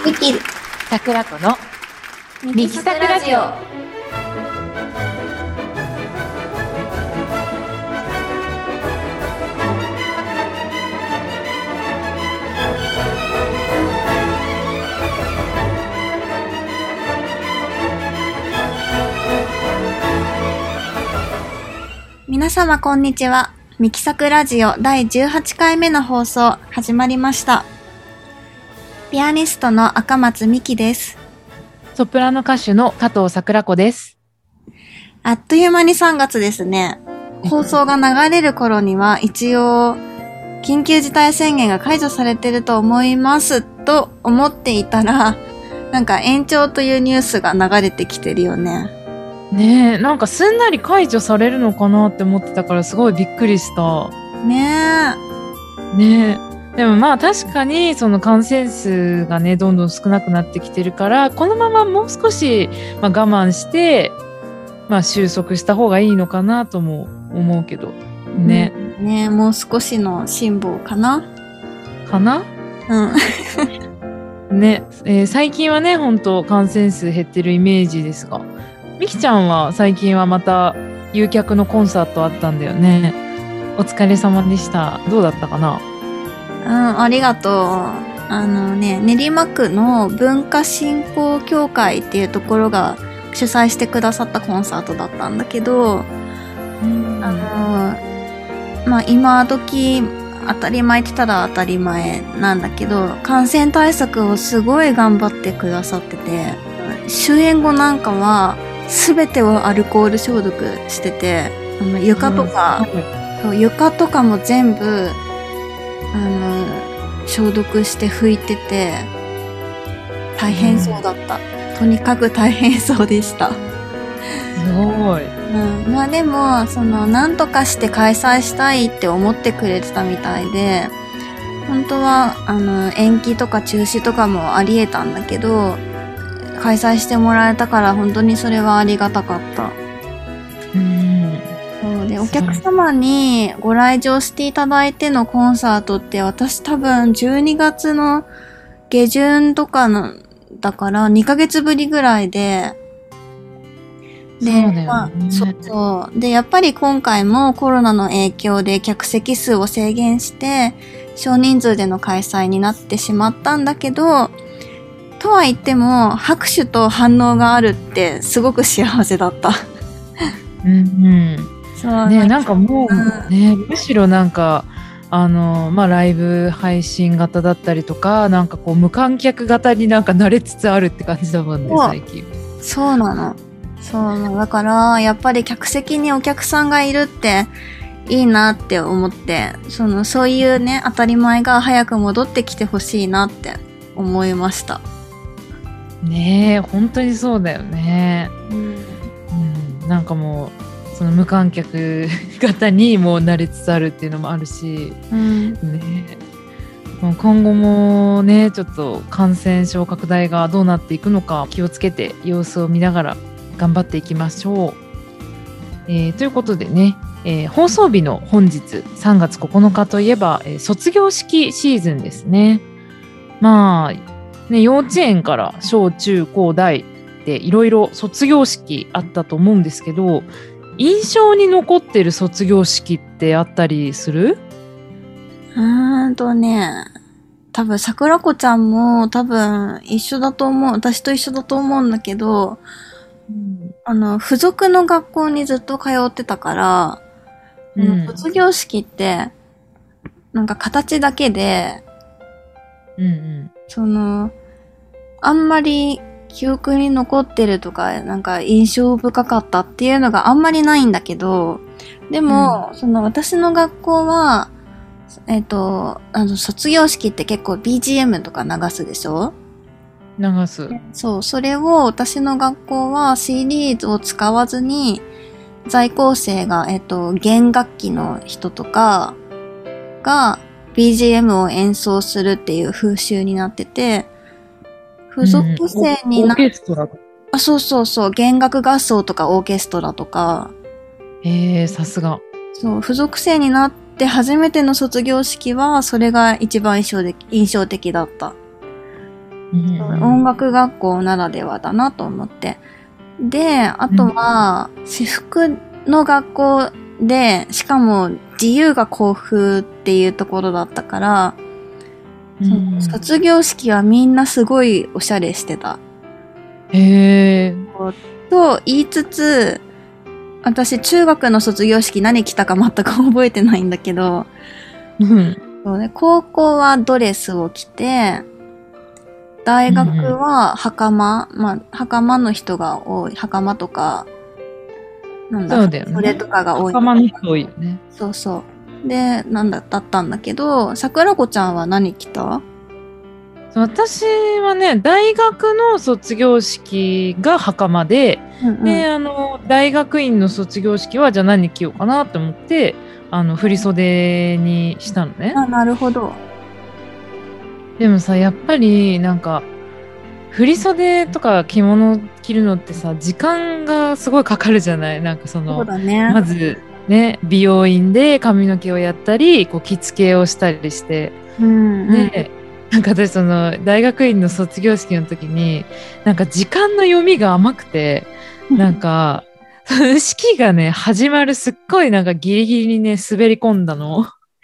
ミキ桜子のミキサクラジオ。 皆様こんにちは。ミキサクラジオ第18回目の放送始まりました。ピアニストの赤松美希です。 ソプラノ歌手の加藤桜子です。 あっという間に3月ですね。放送が流れる頃には一応緊急事態宣言が解除されてると思いますと思っていたら、なんか延長というニュースが流れてきてるよね。 ねえ、なんかすんなり解除されるのかなって思ってたからすごいびっくりした。 ねえ。でもまあ確かにその感染数がねどんどん少なくなってきてるからこのままもう少し、我慢して、収束した方がいいのかなとも思うけどね。 ねえ、もう少しの辛抱かな。 うん。ね、最近はね本当感染数減ってるイメージですが、みきちゃんは最近はまた有客のコンサートあったんだよね。お疲れ様でした。どうだったかな？ ありがとう。練馬区の文化振興協会っていうところが主催してくださったコンサートだったんだけど、今時当たり前って言ったら当たり前なんだけど、感染対策をすごい頑張ってくださってて、終演後なんかは全てをアルコール消毒してて、床とか、床とかも全部消毒して拭いてて大変そうだった、とにかく大変そうでした。 すごい。 でもなんとかして開催したいって思ってくれてたみたいで、本当は延期とか中止とかもあり得たんだけど開催してもらえたから本当にそれはありがたかった。そうで、お客様にご来場していただいてのコンサートって私多分12月の下旬とかのだから2ヶ月ぶりぐらいで、 そうだよね。 そうで、やっぱり今回もコロナの影響で客席数を制限して少人数での開催になってしまったんだけど、とは言っても拍手と反応があるってすごく幸せだった。 そうね、なんかもうね、むしろなんかライブ配信型だったりとか、なんかこう無観客型になんか慣れつつあるって感じだもんね、最近。 そうなの。だからやっぱり客席にお客さんがいるっていいなって思って、そういうね当たり前が早く戻ってきてほしいなって思いました。 ねえ、本当にそうだよね。なんかもうその無観客型にもう慣れつつあるっていうのもあるし、今後もねちょっと感染症拡大がどうなっていくのか気をつけて様子を見ながら頑張っていきましょう。ということでね、放送日の本日3月9日といえば、卒業式シーズンですね。幼稚園から小中高大でいろいろ卒業式あったと思うんですけど、印象に残ってる卒業式ってあったりする？ 多分桜子ちゃんも多分一緒だと思う。私と一緒だと思うんだけど、付属の学校にずっと通ってたから、卒業式ってなんか形だけで、あんまり記憶に残ってるとか、なんか印象深かったっていうのがあんまりないんだけど、でも、私の学校は、卒業式って結構 BGM とか流すでしょ？ 流す。 そう、それを私の学校は CD を使わずに、在校生が、弦楽器の人とかが BGM を演奏するっていう風習になってて、付属生にオーケストラ。 そう、弦楽合奏とかオーケストラとか。 さすが。 そう、付属生になって初めての卒業式は、それが一番印象的だった。 音楽学校ならではだなと思って。で、あとは、私服の学校で、しかも自由が校風っていうところだったから、卒業式はみんなすごいおしゃれしてた。 へー。 と言いつつ、私中学の卒業式何着たか全く覚えてないんだけど、そうね、高校はドレスを着て、大学は袴、袴の人が多い。袴とか、なんだ、 そうだよね。 それとかが多い。 袴の人多いよね。 そうそう。で、だったんだけど、桜子ちゃんは何着た？ 私はね、大学の卒業式が袴で、で、大学院の卒業式はじゃあ何着ようかなと思って、振袖にしたのね。 なるほど。 でもさ、やっぱりなんか、振袖とか着物着るのってさ、時間がすごいかかるじゃない？なんかそうだね。 まずね、美容院で髪の毛をやったり、着付けをしたりして、で、なんか私大学院の卒業式の時に、なんか時間の読みが甘くて、なんか、式がね、始まるすっごいなんかギリギリにね、滑り込んだの。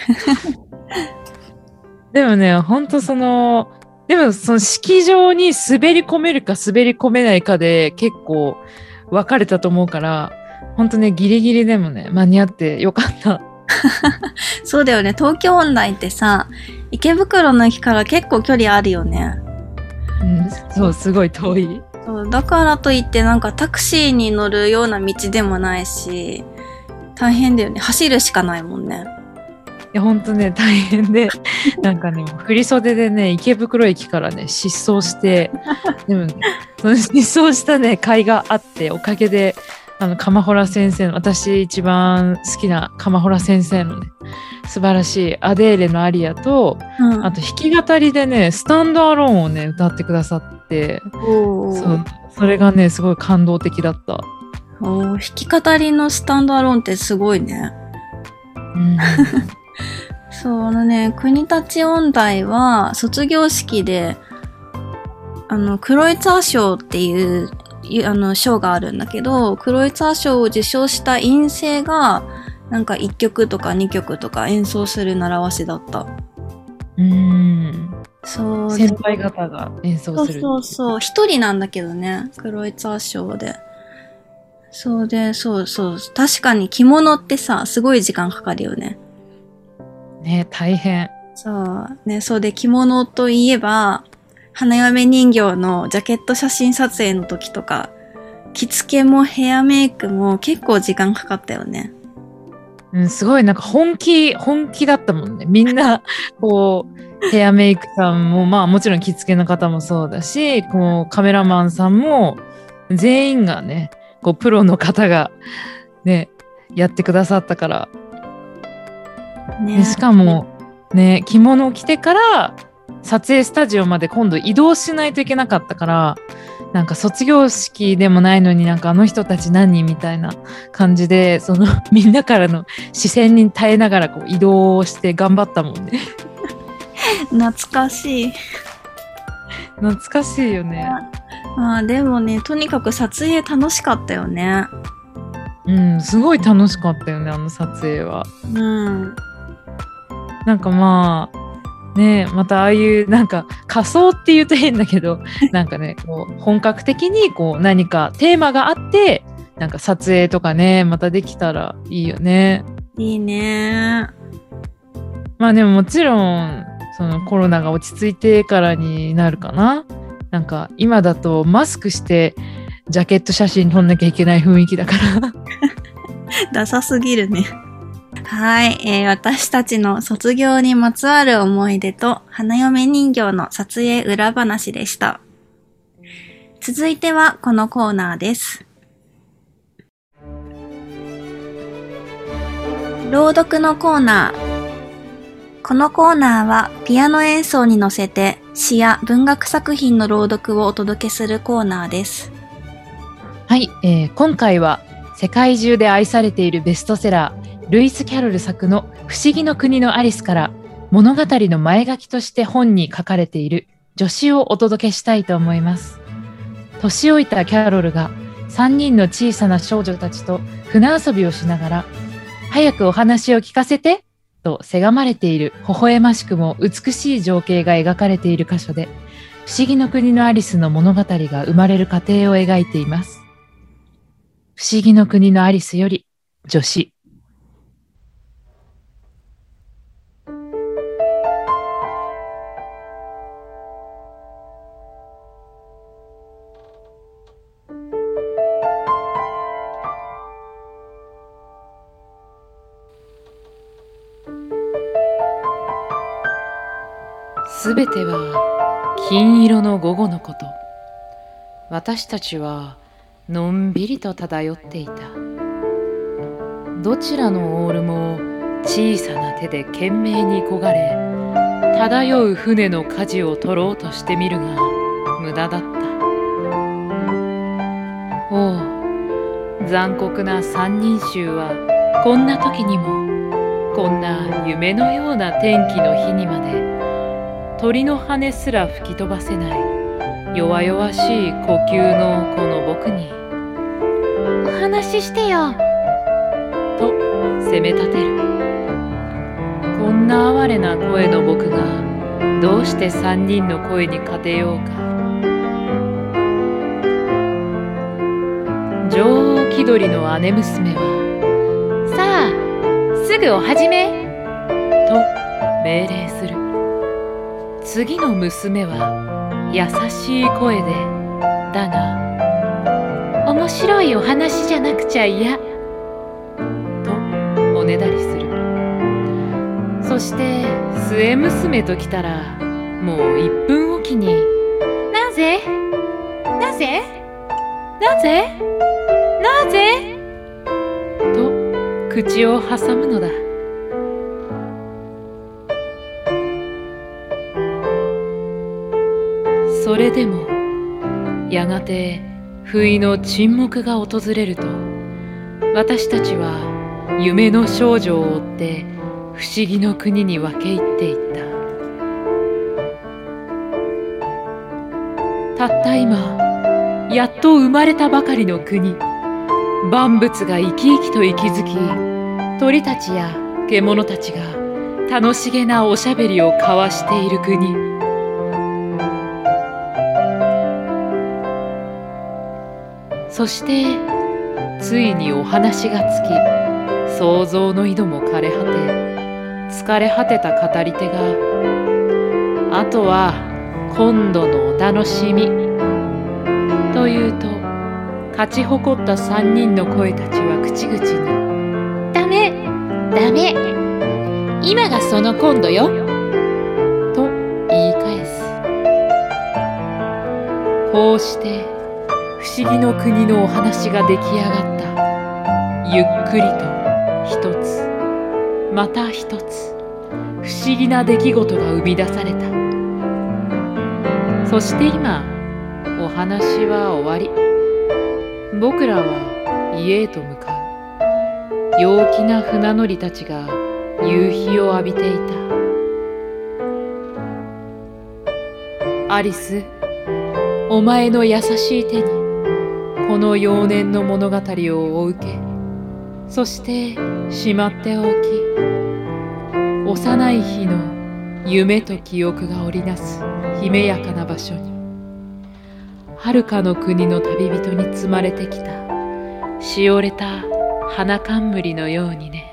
でもね、ほんとでもその式場に滑り込めるか滑り込めないかで結構分かれたと思うから、ほんとね、ギリギリでもね、間に合ってよかった。 そうだよね。東京音大ってさ、池袋の駅から結構距離あるよね。 そう、すごい遠い。 そうだからといってなんかタクシーに乗るような道でもないし、大変だよね。走るしかないもんね。 いや、ほんとね、大変で、なんかね、振袖でね、池袋駅からね、失踪して、でもね、その失踪したね、甲斐があって、おかげで、鎌原先生の、私一番好きな鎌原先生のね、素晴らしいアデーレのアリアと、あと弾き語りでね、スタンドアローンをね、歌ってくださって、それがね、すごい感動的だった。 弾き語りのスタンドアローンってすごいね。そうね、国立音大は卒業式で、クロイツァー賞っていう賞があるんだけど、クロイツァー賞を受賞した院生が、なんか1曲とか2曲とか演奏する習わしだった。そう。 先輩方が演奏する。 そう。一人なんだけどね、クロイツァー賞で。そうで、そう。確かに着物ってさ、すごい時間かかるよね。 ね、大変。 そうね、そうで着物といえば、花嫁人形のジャケット写真撮影の時とか、着付けもヘアメイクも結構時間かかったよね。 すごいなんか本気だったもんね。みんな、ヘアメイクさんも、もちろん着付けの方もそうだし、カメラマンさんも、全員がね、プロの方がね、やってくださったから。ね、しかも、ね、着物を着てから撮影スタジオまで今度移動しないといけなかったから、なんか卒業式でもないのになんかあの人たち何人みたいな感じで、みんなからの視線に耐えながら移動して頑張ったもんね。 懐かしい。 懐かしいよね。 でもね、とにかく撮影楽しかったよね。 すごい楽しかったよね、あの撮影は。なんかね、またああいうなんか仮装って言うと変だけど、なんかね、本格的に何かテーマがあって、なんか撮影とかね、またできたらいいよね。 いいね。 でももちろん、コロナが落ち着いてからになるかな。なんか今だとマスクしてジャケット写真撮んなきゃいけない雰囲気だから。 ダサすぎるね。はい、私たちの卒業にまつわる思い出と花嫁人形の撮影裏話でした。続いてはこのコーナーです。朗読のコーナー。このコーナーはピアノ演奏に乗せて詩や文学作品の朗読をお届けするコーナーです。 はい、今回は世界中で愛されているベストセラー、ルイス・キャロル作の不思議の国のアリスから物語の前書きとして本に書かれている助詞をお届けしたいと思います。年老いたキャロルが3人の小さな少女たちと船遊びをしながら、早くお話を聞かせてとせがまれている微笑ましくも美しい情景が描かれている箇所で、不思議の国のアリスの物語が生まれる過程を描いています。不思議の国のアリスより助詞。すべては金色の午後のこと。私たちはのんびりと漂っていた。どちらのオールも小さな手で懸命に漕がれ、漂う船の舵を取ろうとしてみるが無駄だった。おお、残酷な三人衆はこんな時にも、こんな夢のような天気の日にまで鳥の羽すら吹き飛ばせない弱々しい呼吸のこの僕に、お話ししてよと責め立てる。こんな哀れな声の僕がどうして三人の声に勝てようか。女王気取りの姉娘は、さあすぐお始めと命令する。次の娘は優しい声で、だが面白いお話じゃなくちゃ嫌とおねだりする。そして末娘ときたら、もう1分おきに、なぜなぜなぜなぜと口を挟むのだ。それでもやがて不意の沈黙が訪れると、私たちは夢の少女を追って不思議の国に分け入っていった。たった今やっと生まれたばかりの国、万物が生き生きと息づき、鳥たちや獣たちが楽しげなおしゃべりを交わしている国。そしてついにお話がつき、想像の井戸も枯れ果て、疲れ果てた語り手が、あとは今度のお楽しみというと、勝ち誇った三人の声たちは口々に、ダメダメ、今がその今度よと言い返す。こうして不思議の国のお話が出来上がった。ゆっくりと一つまた一つ不思議な出来事が生み出された。そして今お話は終わり。僕らは家へと向かう。陽気な船乗りたちが夕日を浴びていた。アリス、お前の優しい手にこの幼年の物語をお受け、そしてしまっておき、幼い日の夢と記憶が織りなす姫やかな場所に、遥かの国の旅人に積まれてきたしおれた花冠のようにね。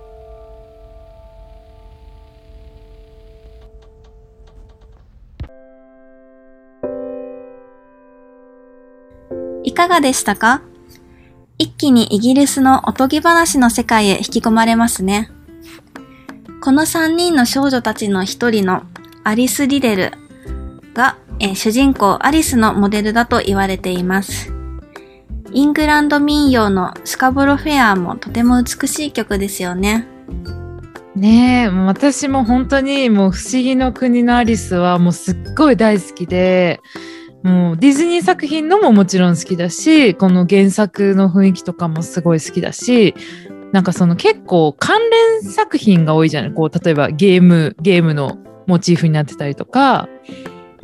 いかがでしたか？一気にイギリスのおとぎ話の世界へ引き込まれますね。この3人の少女たちの一人のアリス・リデルが、主人公アリスのモデルだと言われています。イングランド民謡のスカボロフェアもとても美しい曲ですよね。 ねえ、もう私も本当にもう不思議の国のアリスはもうすっごい大好きで、もうディズニー作品のももちろん好きだし、この原作の雰囲気とかもすごい好きだし、なんかその結構関連作品が多いじゃない。こう例えばゲームのモチーフになってたりとか、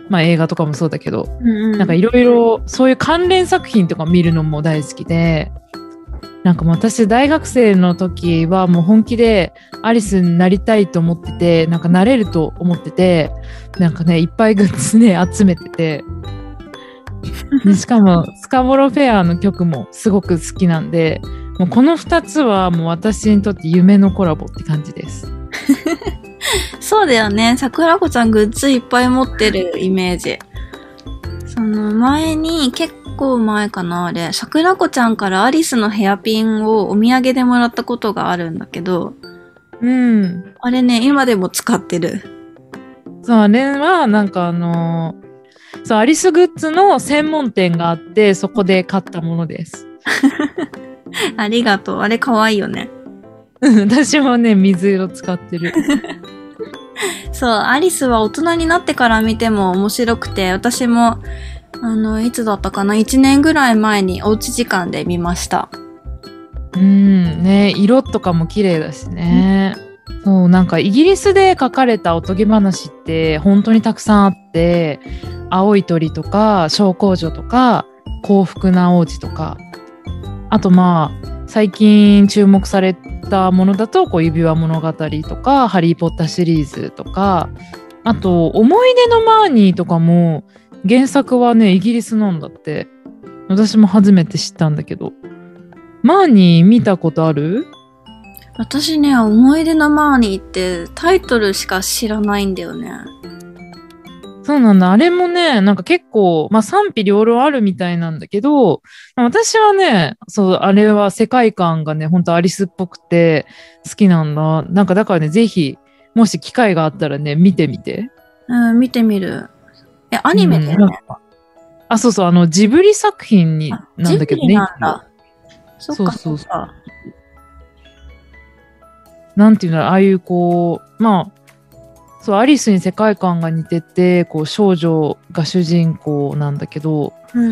まあ映画とかもそうだけど、なんかいいろいろそういう関連作品とか見るのも大好きで、なんかもう私大学生の時はもう本気でアリスになりたいと思ってて、なんかなれると思ってて、なんかねいっぱいグッズね集めててでしかもスカボロフェアの曲もすごく好きなんで、もうこの2つはもう私にとって夢のコラボって感じです。 そうだよね。桜子ちゃんグッズいっぱい持ってるイメージ。その前に、結構前かな、あれ、桜子ちゃんからアリスのヘアピンをお土産でもらったことがあるんだけど、あれね、今でも使ってる。 そう、あれはなんかそう、アリスグッズの専門店があって、そこで買ったものです。 ありがとう。あれ可愛いよね。 私もね、水色使ってる。 そう、アリスは大人になってから見ても面白くて、私も、いつだったかな ?1 年ぐらい前におうち時間で見ました。 ね、色とかも綺麗だしね。そう、なんかイギリスで書かれたおとぎ話って本当にたくさんあって、青い鳥とか小公女とか幸福な王子とか、あとまあ最近注目されたものだとこう指輪物語とかハリーポッターシリーズとか、あと思い出のマーニーとかも原作はねイギリスなんだって。私も初めて知ったんだけど。マーニー見たことある？ 私ね、思い出のマーニーってタイトルしか知らないんだよね。 そうなんだ。あれもね、なんか結構、まあ賛否両論あるみたいなんだけど、私はね、そう、あれは世界観がね、ほんとアリスっぽくて好きなんだ。なんかだからね、ぜひ、もし機会があったらね、見てみて。 見てみる。アニメだよね。 あ、そうそう、ジブリ作品になんだけどね。 ジブリなんだ。そっかそう。なんていうんだろう、ああいうこう、まあ、そう、アリスに世界観が似てて、こう、少女が主人公なんだけど、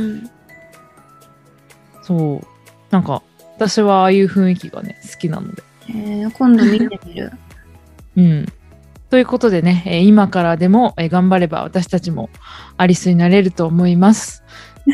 そう、なんか、私はああいう雰囲気がね、好きなので。 今度見てみる。 ということでね、今からでも、頑張れば私たちもアリスになれると思います。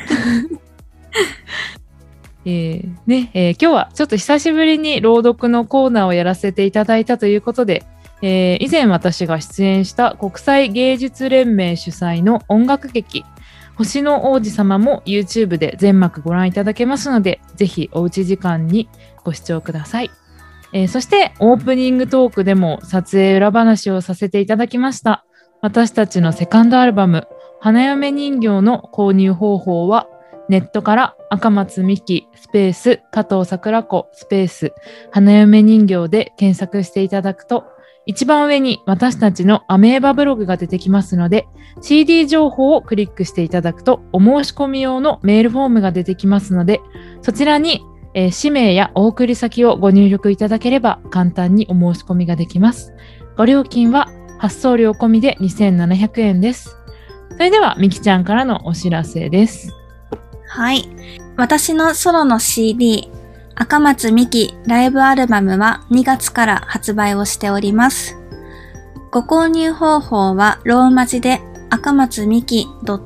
今日はちょっと久しぶりに朗読のコーナーをやらせていただいたということで、以前私が出演した国際芸術連盟主催の音楽劇星の王子様も YouTube で全幕ご覧いただけますので、ぜひおうち時間にご視聴ください。そしてオープニングトークでも撮影裏話をさせていただきました。私たちのセカンドアルバム花嫁人形の購入方法はネットから赤松美希スペース加藤桜子スペース花嫁人形で検索していただくと、一番上に私たちのアメーバブログが出てきますので、 CD 情報をクリックしていただくとお申し込み用のメールフォームが出てきますので、そちらに、氏名やお送り先をご入力いただければ簡単にお申し込みができます。ご料金は発送料込みで2700円です。それではみきちゃんからのお知らせです。 はい。私のソロの CD、赤松美希ライブアルバムは2月から発売をしております。ご購入方法はローマ字で赤松美希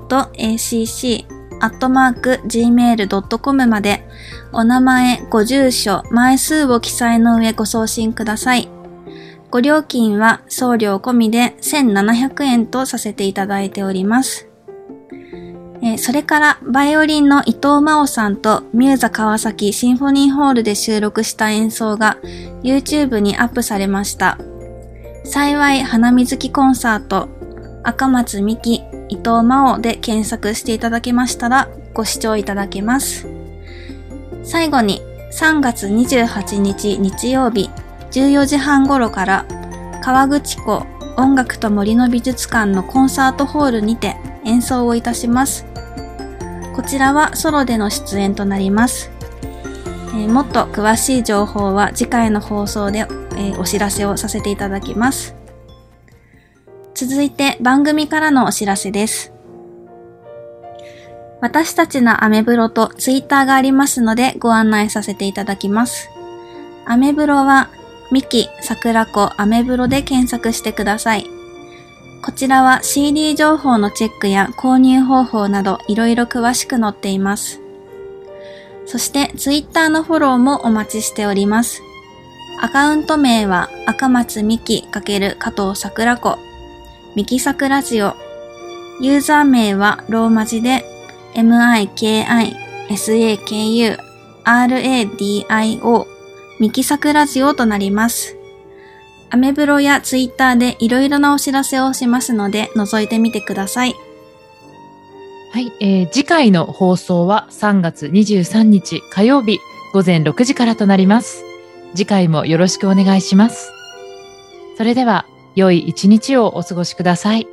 .acc@gmail.com までお名前、ご住所、枚数を記載の上ご送信ください。ご料金は送料込みで1700円とさせていただいております。それからバイオリンの伊藤真央さんとミューザ川崎シンフォニーホールで収録した演奏が YouTube にアップされました。幸い花水木コンサート赤松美希伊藤真央で検索していただけましたらご視聴いただけます。最後に3月28日日曜日14時半頃から河口湖音楽と森の美術館のコンサートホールにて演奏をいたします。こちらはソロでの出演となります。もっと詳しい情報は次回の放送で、お知らせをさせていただきます。続いて番組からのお知らせです。私たちのアメブロとツイッターがありますのでご案内させていただきます。アメブロはミキ、桜子、アメブロで検索してください。 こちらは CD 情報のチェックや購入方法などいろいろ詳しく載っています。そして Twitter のフォローもお待ちしております。アカウント名は赤松美希×加藤桜子、ミキサクラジオ。ユーザー名はローマ字で MIKISAKURADIO ミキサクラジオとなります。アメブロやツイッターでいろいろなお知らせをしますので覗いてみてください。 はい、次回の放送は3月23日火曜日午前6時からとなります。次回もよろしくお願いします。それでは良い一日をお過ごしください。